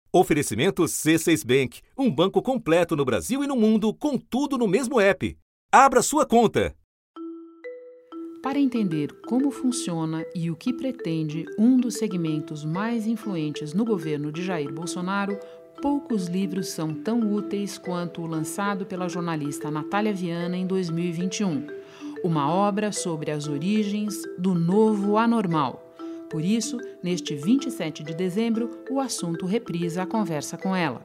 Oferecimento C6 Bank, um banco completo no Brasil e no mundo, com tudo no mesmo app. Abra sua conta. Para entender como funciona e o que pretende um dos segmentos mais influentes no governo de Jair Bolsonaro, poucos livros são tão úteis quanto o lançado pela jornalista Natália Viana em 2021. Uma obra sobre as origens do novo anormal. Por isso, neste 27 de dezembro, o assunto reprisa a conversa com ela.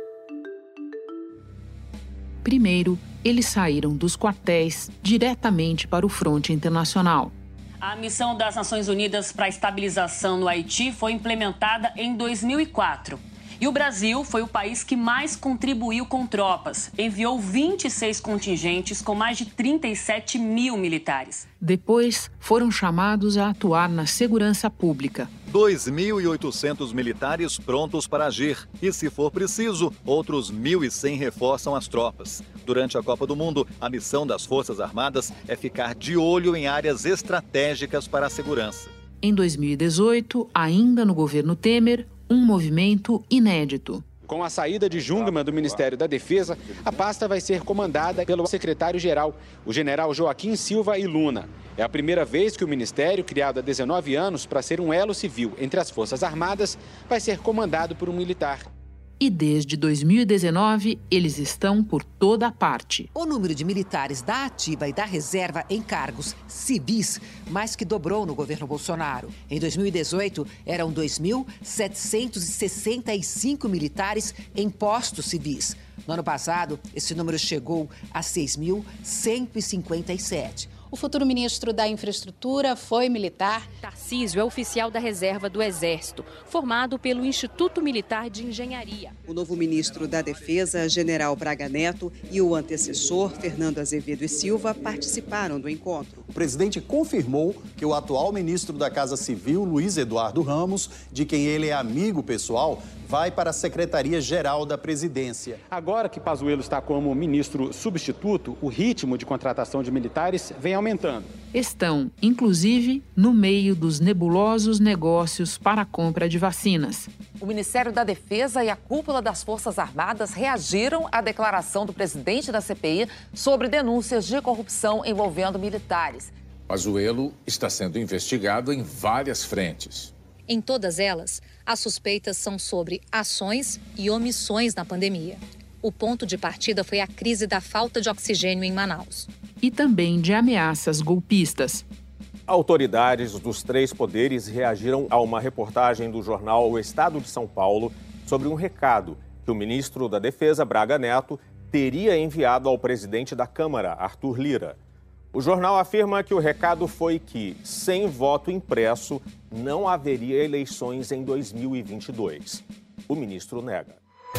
Primeiro, eles saíram dos quartéis diretamente para o fronte internacional. A missão das Nações Unidas para a estabilização no Haiti foi implementada em 2004. E o Brasil foi o país que mais contribuiu com tropas. Enviou 26 contingentes com mais de 37 mil militares. Depois, foram chamados a atuar na segurança pública. 2.800 militares prontos para agir. E, se for preciso, outros 1.100 reforçam as tropas. Durante a Copa do Mundo, a missão das Forças Armadas é ficar de olho em áreas estratégicas para a segurança. Em 2018, ainda no governo Temer, um movimento inédito. Com a saída de Jungmann do Ministério da Defesa, a pasta vai ser comandada pelo secretário-geral, o general Joaquim Silva e Luna. É a primeira vez que o Ministério, criado há 19 anos para ser um elo civil entre as Forças Armadas, vai ser comandado por um militar. E desde 2019, eles estão por toda parte. O número de militares da ativa e da reserva em cargos civis mais que dobrou no governo Bolsonaro. Em 2018, eram 2.765 militares em postos civis. No ano passado, esse número chegou a 6.157. O futuro ministro da Infraestrutura foi militar. Tarcísio é oficial da reserva do Exército, formado pelo Instituto Militar de Engenharia. O novo ministro da Defesa, general Braga Neto, e o antecessor, Fernando Azevedo e Silva, participaram do encontro. O presidente confirmou que o atual ministro da Casa Civil, Luiz Eduardo Ramos, de quem ele é amigo pessoal, vai para a Secretaria-Geral da Presidência. Agora que Pazuello está como ministro substituto, o ritmo de contratação de militares vem aumentando. Estão, inclusive, no meio dos nebulosos negócios para a compra de vacinas. O Ministério da Defesa e a cúpula das Forças Armadas reagiram à declaração do presidente da CPI sobre denúncias de corrupção envolvendo militares. Pazuello está sendo investigado em várias frentes. Em todas elas, as suspeitas são sobre ações e omissões na pandemia. O ponto de partida foi a crise da falta de oxigênio em Manaus. E também de ameaças golpistas. Autoridades dos três poderes reagiram a uma reportagem do jornal O Estado de São Paulo sobre um recado que o ministro da Defesa, Braga Neto, teria enviado ao presidente da Câmara, Arthur Lira. O jornal afirma que o recado foi que, sem voto impresso, não haveria eleições em 2022. O ministro nega.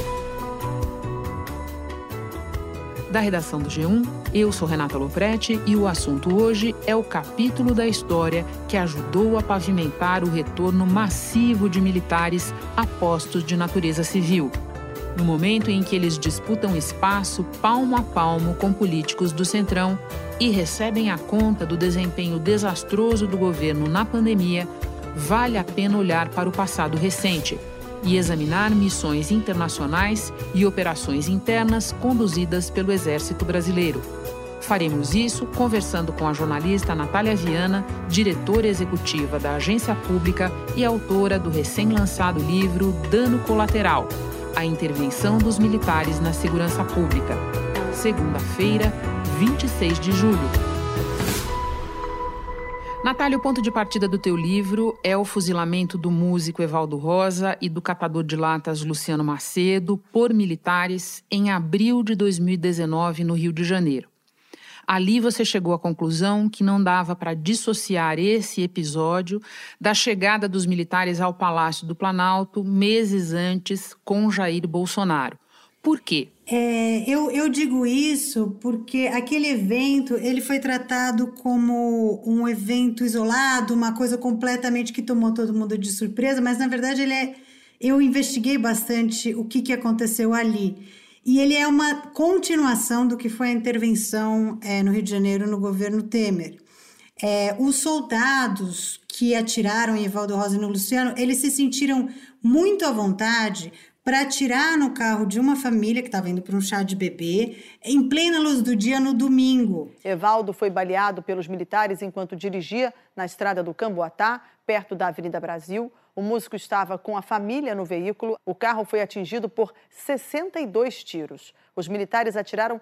Da redação do G1, eu sou Renata Lopretti e o assunto hoje é o capítulo da história que ajudou a pavimentar o retorno massivo de militares a postos de natureza civil. No momento em que eles disputam espaço palmo a palmo com políticos do Centrão e recebem a conta do desempenho desastroso do governo na pandemia, vale a pena olhar para o passado recente e examinar missões internacionais e operações internas conduzidas pelo Exército Brasileiro. Faremos isso conversando com a jornalista Natália Viana, diretora executiva da agência pública e autora do recém-lançado livro Dano Colateral, a intervenção dos militares na segurança pública. Segunda-feira, 26 de julho. Natália, o ponto de partida do teu livro é o fuzilamento do músico Evaldo Rosa e do catador de latas Luciano Macedo por militares em abril de 2019 no Rio de Janeiro. Ali você chegou à conclusão que não dava para dissociar esse episódio da chegada dos militares ao Palácio do Planalto meses antes com Jair Bolsonaro. Por quê? Eu digo isso porque aquele evento ele foi tratado como um evento isolado, uma coisa completamente que tomou todo mundo de surpresa, mas na verdade eu investiguei bastante o que aconteceu ali. E ele é uma continuação do que foi a intervenção no Rio de Janeiro no governo Temer. Os soldados que atiraram em Evaldo Rosa e no Luciano, eles se sentiram muito à vontade para atirar no carro de uma família que estava indo para um chá de bebê, em plena luz do dia, no domingo. Evaldo foi baleado pelos militares enquanto dirigia na estrada do Camboatá, perto da Avenida Brasil. O músico estava com a família no veículo. O carro foi atingido por 62 tiros. Os militares atiraram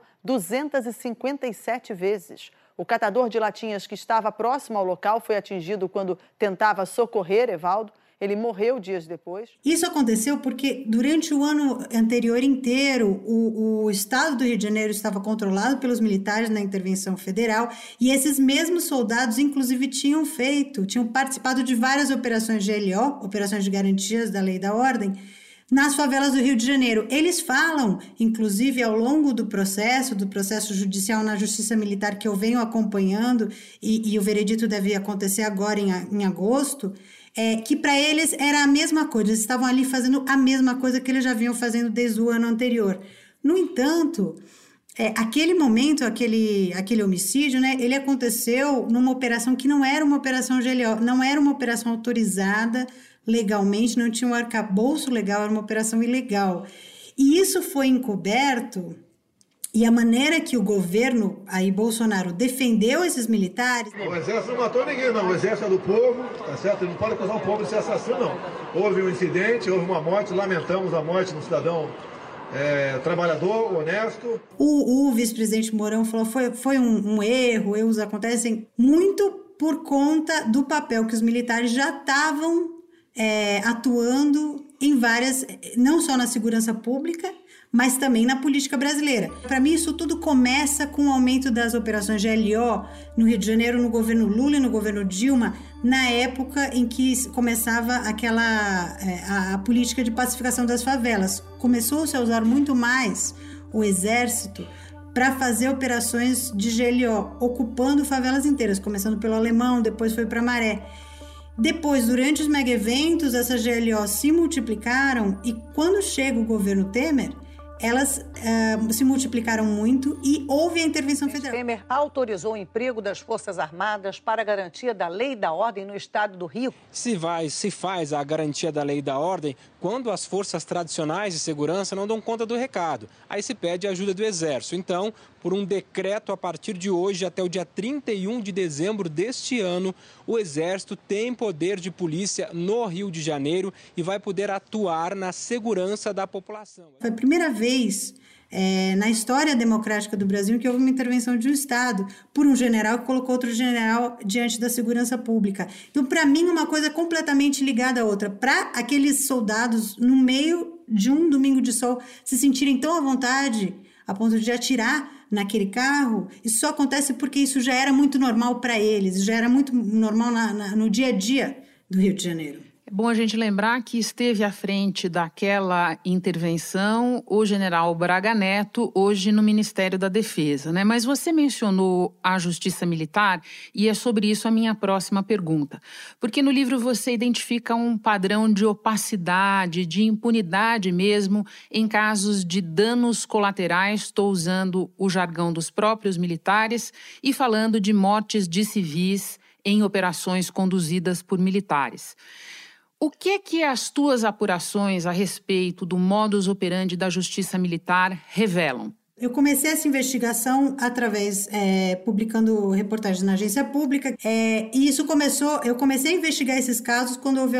257 vezes. O catador de latinhas que estava próximo ao local foi atingido quando tentava socorrer Evaldo. Ele morreu dias depois. Isso aconteceu porque durante o ano anterior inteiro, o estado do Rio de Janeiro estava controlado pelos militares na intervenção federal e esses mesmos soldados, inclusive, tinham participado de várias operações GLO, operações de garantias da lei e da ordem, nas favelas do Rio de Janeiro. Eles falam, inclusive, ao longo do processo judicial na Justiça Militar que eu venho acompanhando, e o veredito deve acontecer agora em agosto, que para eles era a mesma coisa, eles estavam ali fazendo a mesma coisa que eles já vinham fazendo desde o ano anterior. No entanto, aquele momento, aquele homicídio, né, ele aconteceu numa operação que não era uma operação GLO, não era uma operação autorizada legalmente, não tinha um arcabouço legal, era uma operação ilegal. E isso foi encoberto, e a maneira que o governo, aí Bolsonaro, defendeu esses militares... O exército não matou ninguém, não. O exército é do povo, tá certo? Ele não pode acusar o povo de ser assassino, não. Houve um incidente, houve uma morte, lamentamos a morte de um cidadão trabalhador, honesto. O vice-presidente Mourão falou que foi um erro, erros acontecem muito por conta do papel que os militares já estavam atuando em várias, não só na segurança pública, mas também na política brasileira. Para mim, isso tudo começa com o aumento das operações GLO no Rio de Janeiro, no governo Lula e no governo Dilma, na época em que começava a política de pacificação das favelas. Começou-se a usar muito mais o exército para fazer operações de GLO, ocupando favelas inteiras, começando pelo Alemão, depois foi para Maré. Depois, durante os mega-eventos, essas GLO se multiplicaram e quando chega o governo Temer, elas se multiplicaram muito e houve a intervenção federal. Temer autorizou o emprego das Forças Armadas para a garantia da lei e da ordem no estado do Rio. Se faz a garantia da lei e da ordem quando as forças tradicionais de segurança não dão conta do recado. Aí se pede a ajuda do Exército. Então, por um decreto, a partir de hoje até o dia 31 de dezembro deste ano, o Exército tem poder de polícia no Rio de Janeiro e vai poder atuar na segurança da população. Foi a primeira vez na história democrática do Brasil que houve uma intervenção de um Estado por um general que colocou outro general diante da segurança pública. Então, para mim, uma coisa completamente ligada à outra. Para aqueles soldados, no meio de um domingo de sol, se sentirem tão à vontade a ponto de atirar naquele carro, isso só acontece porque isso já era muito normal para eles, já era muito normal no dia a dia do Rio de Janeiro. É bom a gente lembrar que esteve à frente daquela intervenção o general Braga Neto, hoje no Ministério da Defesa, né? Mas você mencionou a Justiça Militar e é sobre isso a minha próxima pergunta. Porque no livro você identifica um padrão de opacidade, de impunidade mesmo, em casos de danos colaterais, estou usando o jargão dos próprios militares, e falando de mortes de civis em operações conduzidas por militares. O que é que as tuas apurações a respeito do modus operandi da Justiça Militar revelam? Eu comecei essa investigação através, publicando reportagens na agência pública, e eu comecei a investigar esses casos quando houve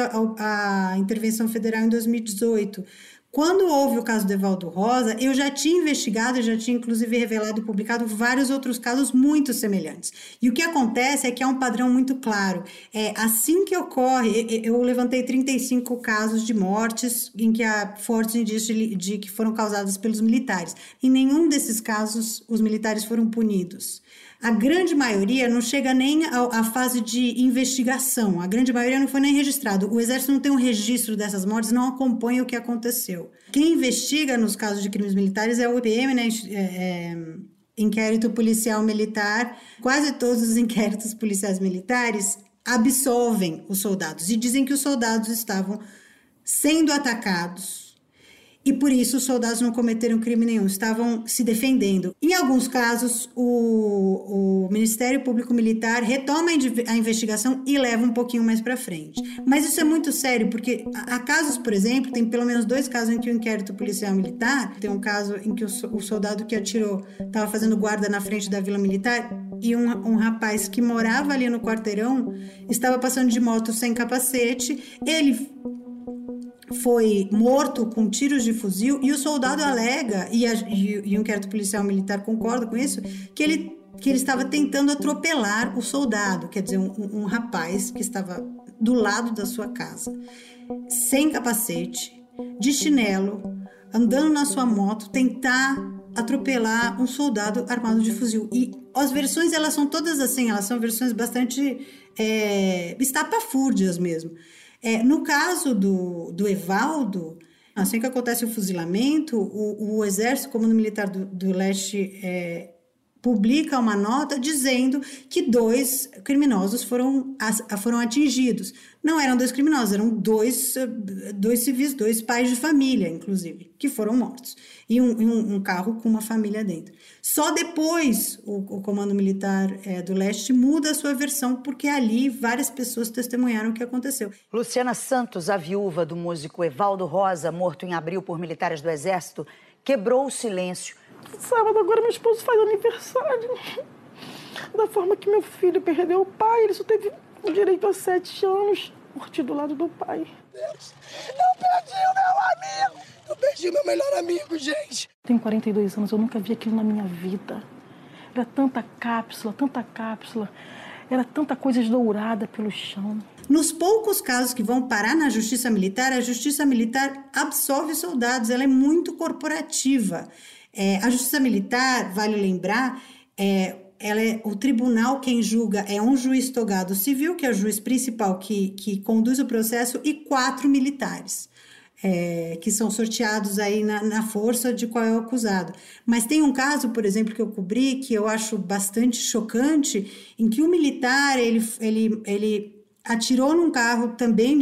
a intervenção federal em 2018. Quando houve o caso do Evaldo Rosa, eu já tinha investigado, já tinha inclusive revelado e publicado vários outros casos muito semelhantes. E o que acontece é que há um padrão muito claro. Assim que ocorre, eu levantei 35 casos de mortes em que há fortes indícios de que foram causadas pelos militares. Em nenhum desses casos os militares foram punidos. A grande maioria não chega nem à fase de investigação, a grande maioria não foi nem registrado. O Exército não tem um registro dessas mortes, não acompanha o que aconteceu. Quem investiga nos casos de crimes militares é o IPM, né? Inquérito Policial Militar. Quase todos os inquéritos policiais militares absolvem os soldados e dizem que os soldados estavam sendo atacados e por isso os soldados não cometeram crime nenhum, estavam se defendendo. Em alguns casos, o Ministério Público Militar retoma a investigação e leva um pouquinho mais para frente. Mas isso é muito sério, porque há casos, por exemplo, tem pelo menos 2 casos em que o inquérito policial militar, tem um caso em que o soldado que atirou estava fazendo guarda na frente da Vila Militar e um rapaz que morava ali no quarteirão estava passando de moto sem capacete, ele foi morto com tiros de fuzil e o soldado alega, e o inquérito policial militar concorda com isso, que ele estava tentando atropelar o soldado, quer dizer, um rapaz que estava do lado da sua casa, sem capacete, de chinelo, andando na sua moto, tentar atropelar um soldado armado de fuzil. E as versões, elas são todas assim, elas são versões bastante estapafúrdias mesmo. No caso do Evaldo, assim que acontece o fuzilamento, o Exército, Comando Militar do Leste, publica uma nota dizendo que 2 criminosos foram atingidos. Não eram 2 criminosos, eram 2 civis, 2 pais de família, inclusive, que foram mortos. E um carro com uma família dentro. Só depois o Comando Militar do Leste muda a sua versão, porque ali várias pessoas testemunharam o que aconteceu. Luciana Santos, a viúva do músico Evaldo Rosa, morto em abril por militares do Exército, quebrou o silêncio. Sábado agora meu esposo faz aniversário. Da forma que meu filho perdeu o pai, ele só teve direito a 7 anos, morto do lado do pai. Eu perdi o meu amigo! Eu perdi o meu melhor amigo, gente! Tenho 42 anos, eu nunca vi aquilo na minha vida. Era tanta cápsula, era tanta coisa esdourada pelo chão. Nos poucos casos que vão parar na Justiça Militar, a Justiça Militar absolve soldados, ela é muito corporativa. A Justiça Militar, vale lembrar, o tribunal quem julga é um juiz togado civil, que é o juiz principal que conduz o processo, e 4 militares, que são sorteados aí na força de qual é o acusado. Mas tem um caso, por exemplo, que eu cobri, que eu acho bastante chocante, em que o militar, ele atirou num carro também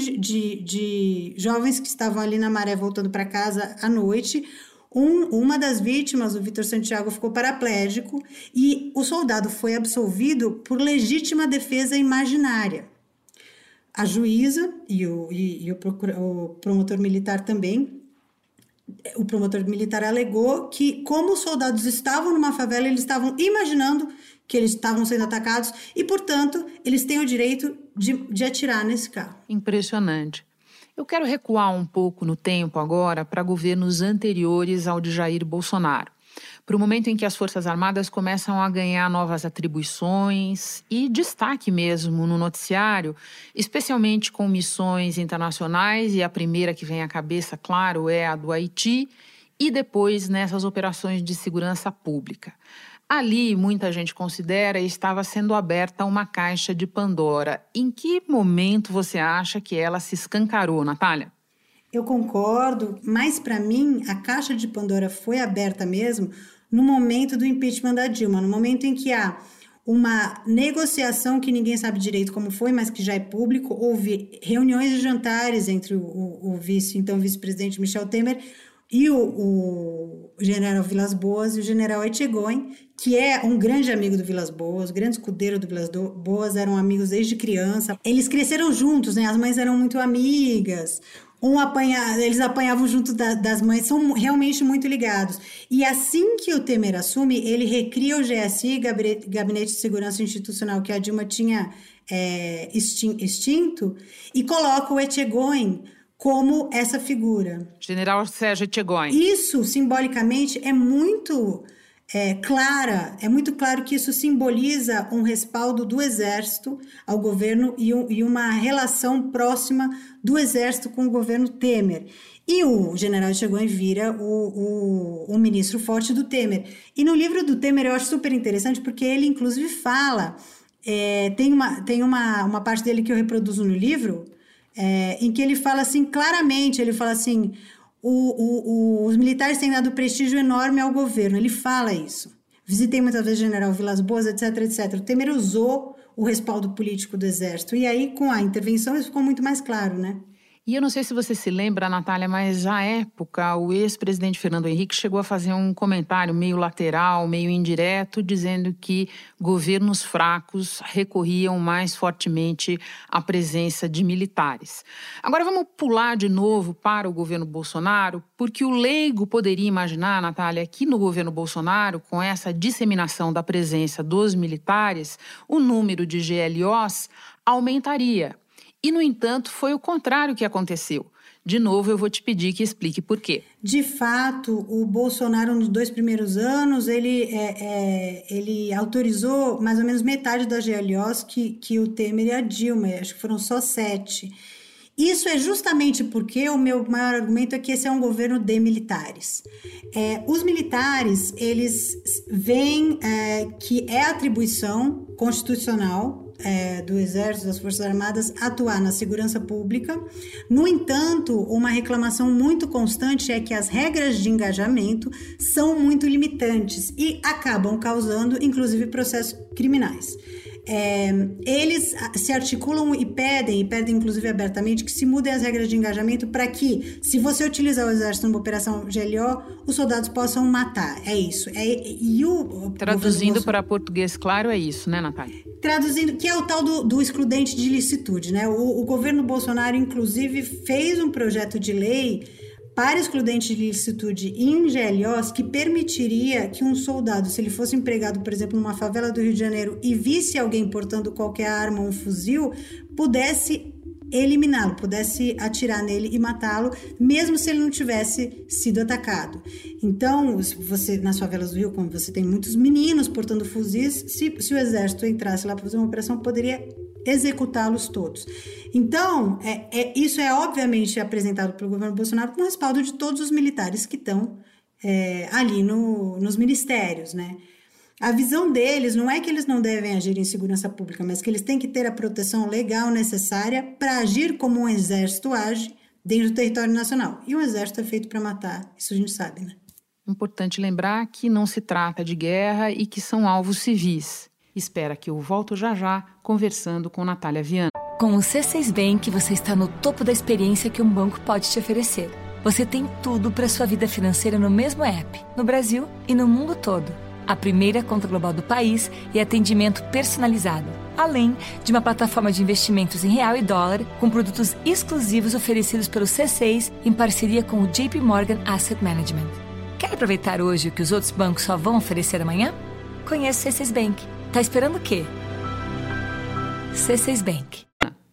de jovens que estavam ali na Maré voltando para casa à noite. Uma das vítimas, o Vitor Santiago, ficou paraplégico e o soldado foi absolvido por legítima defesa imaginária. A juíza e o promotor militar também, o promotor militar alegou que, como os soldados estavam numa favela, eles estavam imaginando que eles estavam sendo atacados e, portanto, eles têm o direito de atirar nesse carro. Impressionante. Eu quero recuar um pouco no tempo agora para governos anteriores ao de Jair Bolsonaro, para o momento em que as Forças Armadas começam a ganhar novas atribuições e destaque mesmo no noticiário, especialmente com missões internacionais, e a primeira que vem à cabeça, claro, é a do Haiti, e depois nessas operações de segurança pública. Ali, muita gente considera, estava sendo aberta uma caixa de Pandora. Em que momento você acha que ela se escancarou, Natália? Eu concordo, mas para mim a caixa de Pandora foi aberta mesmo no momento do impeachment da Dilma, no momento em que há uma negociação que ninguém sabe direito como foi, mas que já é público. Houve reuniões e jantares entre o vice-presidente Michel Temer e o general Vilas Boas e o general Etchegóin, que é um grande amigo do Vilas Boas, grande escudeiro do Vilas Boas, eram amigos desde criança. Eles cresceram juntos, né? As mães eram muito amigas. Eles apanhavam junto das mães, são realmente muito ligados. E assim que o Temer assume, ele recria o GSI, Gabinete de Segurança Institucional, que a Dilma tinha extinto, e coloca o Etchegóin como essa figura. General Sérgio Etchegóin. Isso, simbolicamente, é muito claro que isso simboliza um respaldo do Exército ao governo e uma relação próxima do Exército com o governo Temer. E o general Etchegóin vira o ministro forte do Temer. E no livro do Temer eu acho super interessante, porque ele inclusive fala, tem uma parte dele que eu reproduzo no livro, em que ele fala assim, claramente, ele fala assim, os militares têm dado prestígio enorme ao governo, ele fala isso. Visitei muitas vezes o general Vilas Boas, etc, etc. O Temer usou o respaldo político do Exército, e aí com a intervenção isso ficou muito mais claro, né? E eu não sei se você se lembra, Natália, mas à época o ex-presidente Fernando Henrique chegou a fazer um comentário meio lateral, meio indireto, dizendo que governos fracos recorriam mais fortemente à presença de militares. Agora vamos pular de novo para o governo Bolsonaro, porque o leigo poderia imaginar, Natália, que no governo Bolsonaro, com essa disseminação da presença dos militares, o número de GLOs aumentaria. E, no entanto, foi o contrário que aconteceu. De novo, eu vou te pedir que explique por quê. De fato, o Bolsonaro, nos 2 primeiros anos, ele autorizou mais ou menos metade das GLOs que o Temer e a Dilma, acho que foram só 7. Isso é justamente porque o meu maior argumento é que esse é um governo de militares. Os militares, eles veem que é atribuição constitucional do Exército, das Forças Armadas, atuar na segurança pública. No entanto, uma reclamação muito constante é que as regras de engajamento são muito limitantes e acabam causando, inclusive, processos criminais. Eles se articulam e pedem inclusive abertamente, que se mudem as regras de engajamento para que, se você utilizar o exército numa operação GLO, os soldados possam matar. É isso. Traduzindo para português claro, é isso, né, Natália? Traduzindo, que é o tal do excludente de licitude, né? O governo Bolsonaro, inclusive, fez um projeto de lei para excludente de licitude em GLOs que permitiria que um soldado, se ele fosse empregado, por exemplo, numa favela do Rio de Janeiro e visse alguém portando qualquer arma ou um fuzil, pudesse eliminá-lo, pudesse atirar nele e matá-lo, mesmo se ele não tivesse sido atacado. Então, se você, nas favelas do Rio, como você tem muitos meninos portando fuzis, se o exército entrasse lá para fazer uma operação, poderia executá-los todos. Então, isso é obviamente apresentado pelo governo Bolsonaro com o respaldo de todos os militares que estão ali nos ministérios, né? A visão deles não é que eles não devem agir em segurança pública, mas que eles têm que ter a proteção legal necessária para agir como um exército age dentro do território nacional. E o exército é feito para matar, isso a gente sabe, né? Importante lembrar que não se trata de guerra e que são alvos civis. Espera que eu volto já conversando com Natália Viana. Com o C6 Bank, você está no topo da experiência que um banco pode te oferecer. Você tem tudo para sua vida financeira no mesmo app, no Brasil e no mundo todo. A primeira conta global do país e atendimento personalizado, além de uma plataforma de investimentos em real e dólar com produtos exclusivos oferecidos pelo C6 em parceria com o JP Morgan Asset Management. Quer aproveitar hoje o que os outros bancos só vão oferecer amanhã? Conheça o C6 Bank. Tá esperando o quê? C6 Bank.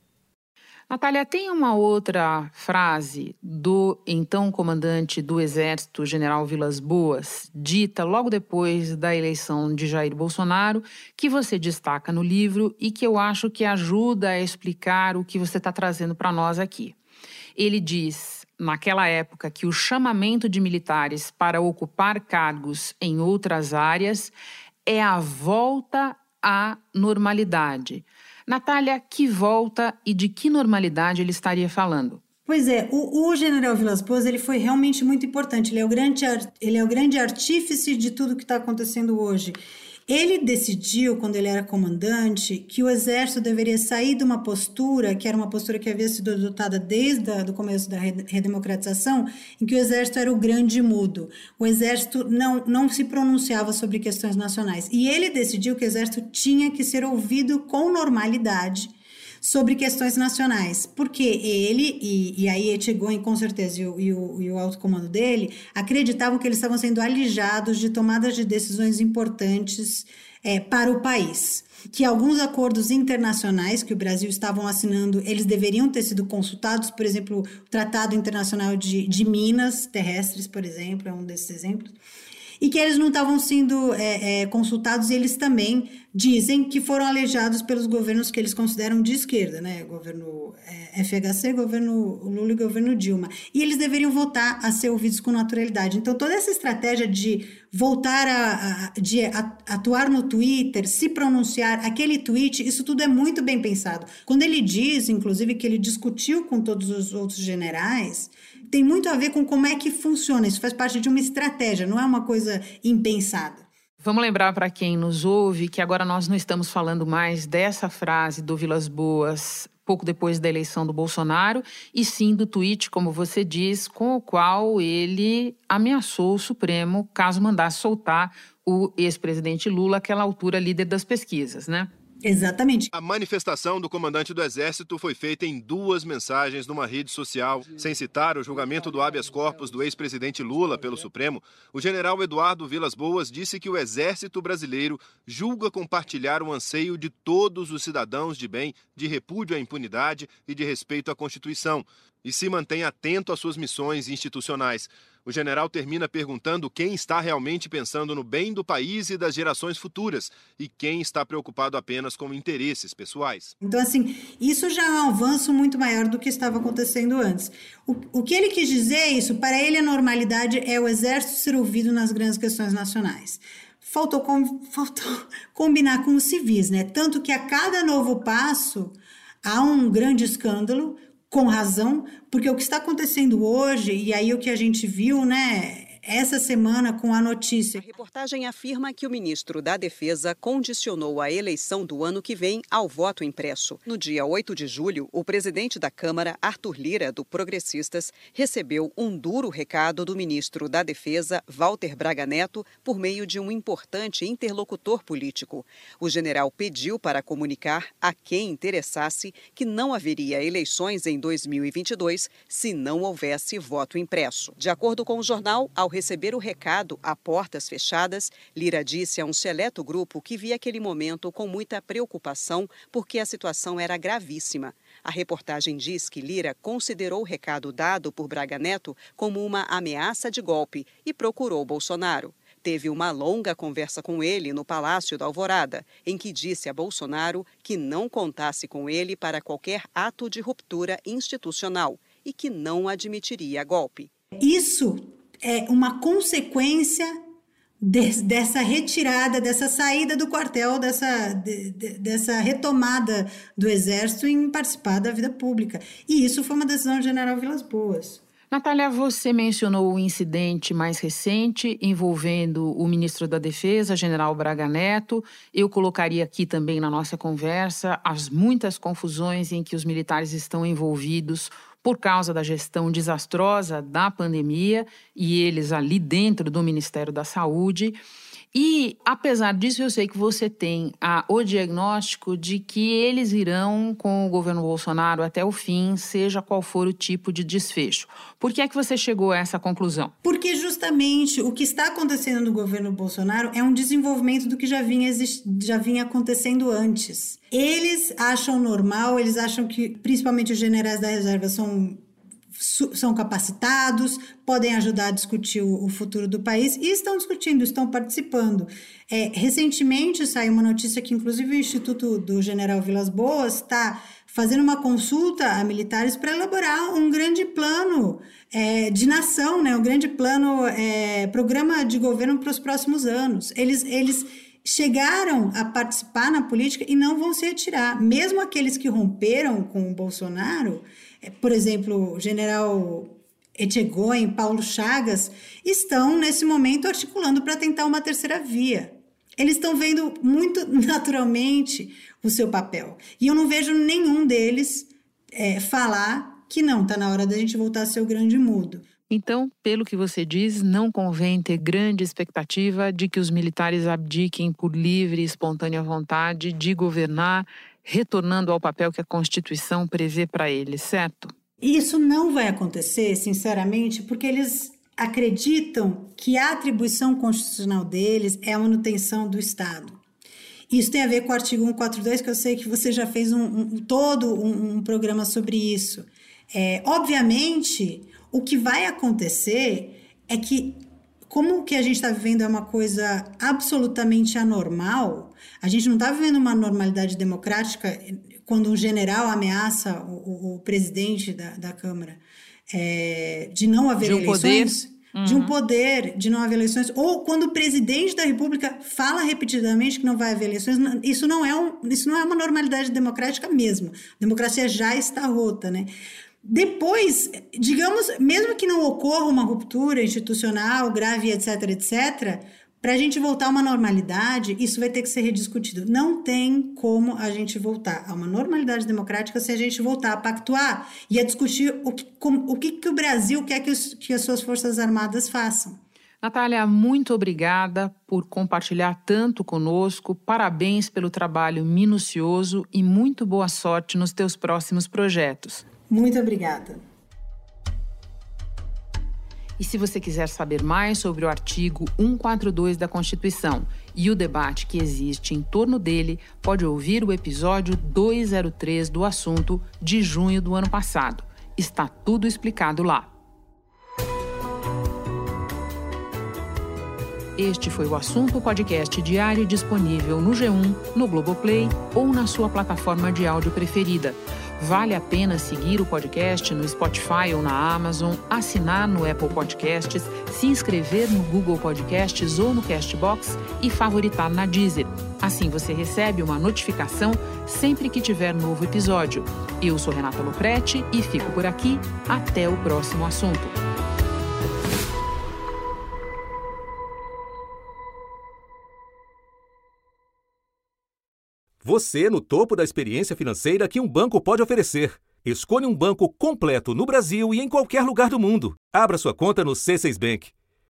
Natália, tem uma outra frase do então comandante do Exército, general Vilas Boas, dita logo depois da eleição de Jair Bolsonaro, que você destaca no livro e que eu acho que ajuda a explicar o que você está trazendo para nós aqui. Ele diz, naquela época, que o chamamento de militares para ocupar cargos em outras áreas é a volta à normalidade. Natália, que volta e de que normalidade ele estaria falando? Pois é, o general Vilas Boas, ele foi realmente muito importante. Ele é o grande artífice de tudo que está acontecendo hoje. Ele decidiu, quando ele era comandante, que o exército deveria sair de uma postura, que era uma postura que havia sido adotada desde o começo da redemocratização, em que o exército era o grande mudo. O exército não se pronunciava sobre questões nacionais. E ele decidiu que o exército tinha que ser ouvido com normalidade sobre questões nacionais, porque ele, e aí Etchegoyen com certeza e o alto comando dele, acreditavam que eles estavam sendo alijados de tomadas de decisões importantes para o país, que alguns acordos internacionais que o Brasil estavam assinando, eles deveriam ter sido consultados, por exemplo, o Tratado Internacional de Minas Terrestres, por exemplo, é um desses exemplos, e que eles não estavam sendo consultados, e eles também dizem que foram alejados pelos governos que eles consideram de esquerda, né? Governo FHC, governo Lula e governo Dilma. E eles deveriam voltar a ser ouvidos com naturalidade. Então, toda essa estratégia de voltar de atuar no Twitter, se pronunciar, aquele tweet, isso tudo é muito bem pensado. Quando ele diz, inclusive, que ele discutiu com todos os outros generais, tem muito a ver com como é que funciona. Isso faz parte de uma estratégia, não é uma coisa impensada. Vamos lembrar para quem nos ouve que agora nós não estamos falando mais dessa frase do Vilas Boas pouco depois da eleição do Bolsonaro, e sim do tweet, como você diz, com o qual ele ameaçou o Supremo caso mandasse soltar o ex-presidente Lula, àquela altura líder das pesquisas, né? Exatamente. A manifestação do comandante do Exército foi feita em 2 mensagens numa rede social. Sem citar o julgamento do habeas corpus do ex-presidente Lula pelo Supremo, o general Eduardo Vilas Boas disse que o Exército brasileiro julga compartilhar o anseio de todos os cidadãos de bem, de repúdio à impunidade e de respeito à Constituição, e se mantém atento às suas missões institucionais. O general termina perguntando quem está realmente pensando no bem do país e das gerações futuras e quem está preocupado apenas com interesses pessoais. Então, assim, isso já é um avanço muito maior do que estava acontecendo antes. O que ele quis dizer é isso, para ele a normalidade é o Exército ser ouvido nas grandes questões nacionais. Faltou combinar com os civis, né? Tanto que a cada novo passo há um grande escândalo, com razão, porque o que está acontecendo hoje, e aí o que a gente viu, né, essa semana com a notícia. A reportagem afirma que o ministro da Defesa condicionou a eleição do ano que vem ao voto impresso. No dia 8 de julho, o presidente da Câmara, Arthur Lira, do Progressistas, recebeu um duro recado do ministro da Defesa, Walter Braga Neto, por meio de um importante interlocutor político. O general pediu para comunicar a quem interessasse que não haveria eleições em 2022 se não houvesse voto impresso. De acordo com o jornal, ao receber o recado a portas fechadas, Lira disse a um seleto grupo que via aquele momento com muita preocupação porque a situação era gravíssima. A reportagem diz que Lira considerou o recado dado por Braga Neto como uma ameaça de golpe e procurou Bolsonaro. Teve uma longa conversa com ele no Palácio da Alvorada, em que disse a Bolsonaro que não contasse com ele para qualquer ato de ruptura institucional e que não admitiria golpe. Isso é uma consequência dessa retirada, dessa saída do quartel, dessa retomada do Exército em participar da vida pública. E isso foi uma decisão do general Vilas Boas. Natália, você mencionou o incidente mais recente envolvendo o ministro da Defesa, general Braga Neto. Eu colocaria aqui também na nossa conversa as muitas confusões em que os militares estão envolvidos por causa da gestão desastrosa da pandemia e eles ali dentro do Ministério da Saúde. E, apesar disso, eu sei que você tem o diagnóstico de que eles irão com o governo Bolsonaro até o fim, seja qual for o tipo de desfecho. Por que é que você chegou a essa conclusão? Porque justamente o que está acontecendo no governo Bolsonaro é um desenvolvimento do que já vinha acontecendo antes. Eles acham normal, eles acham que principalmente os generais da reserva são capacitados, podem ajudar a discutir o futuro do país e estão discutindo, estão participando. Recentemente saiu uma notícia que inclusive o Instituto do General Vilas Boas está fazendo uma consulta a militares para elaborar um grande plano de nação, né? Um grande plano, programa de governo para os próximos anos. Eles chegaram a participar na política e não vão se retirar. Mesmo aqueles que romperam com o Bolsonaro, por exemplo, o general Etchegóin, Paulo Chagas, estão, nesse momento, articulando para tentar uma terceira via. Eles estão vendo muito naturalmente o seu papel. E eu não vejo nenhum deles falar que não, está na hora da gente voltar a ser o grande mudo. Então, pelo que você diz, não convém ter grande expectativa de que os militares abdiquem por livre e espontânea vontade de governar, retornando ao papel que a Constituição prevê para eles, certo? Isso não vai acontecer, sinceramente, porque eles acreditam que a atribuição constitucional deles é a manutenção do Estado. Isso tem a ver com o artigo 142, que eu sei que você já fez todo um programa sobre isso. Obviamente, o que vai acontecer é que, como o que a gente está vivendo é uma coisa absolutamente anormal, a gente não está vivendo uma normalidade democrática quando um general ameaça o presidente da Câmara de não haver eleições. De um poder, de não haver eleições, ou quando o presidente da República fala repetidamente que não vai haver eleições, isso não é uma normalidade democrática mesmo. A democracia já está rota, né? Depois, digamos, mesmo que não ocorra uma ruptura institucional grave, etc., Para a gente voltar a uma normalidade, isso vai ter que ser rediscutido. Não tem como a gente voltar a uma normalidade democrática se a gente voltar a pactuar e a discutir o que o Brasil quer que as suas Forças Armadas façam. Natália, muito obrigada por compartilhar tanto conosco. Parabéns pelo trabalho minucioso e muito boa sorte nos teus próximos projetos. Muito obrigada. E se você quiser saber mais sobre o artigo 142 da Constituição e o debate que existe em torno dele, pode ouvir o episódio 203 do assunto de junho do ano passado. Está tudo explicado lá. Este foi o Assunto Podcast diário disponível no G1, no Globoplay ou na sua plataforma de áudio preferida. Vale a pena seguir o podcast no Spotify ou na Amazon, assinar no Apple Podcasts, se inscrever no Google Podcasts ou no Castbox e favoritar na Deezer. Assim você recebe uma notificação sempre que tiver novo episódio. Eu sou Renata Loprete e fico por aqui. Até o próximo assunto. Você no topo da experiência financeira que um banco pode oferecer. Escolha um banco completo no Brasil e em qualquer lugar do mundo. Abra sua conta no C6 Bank.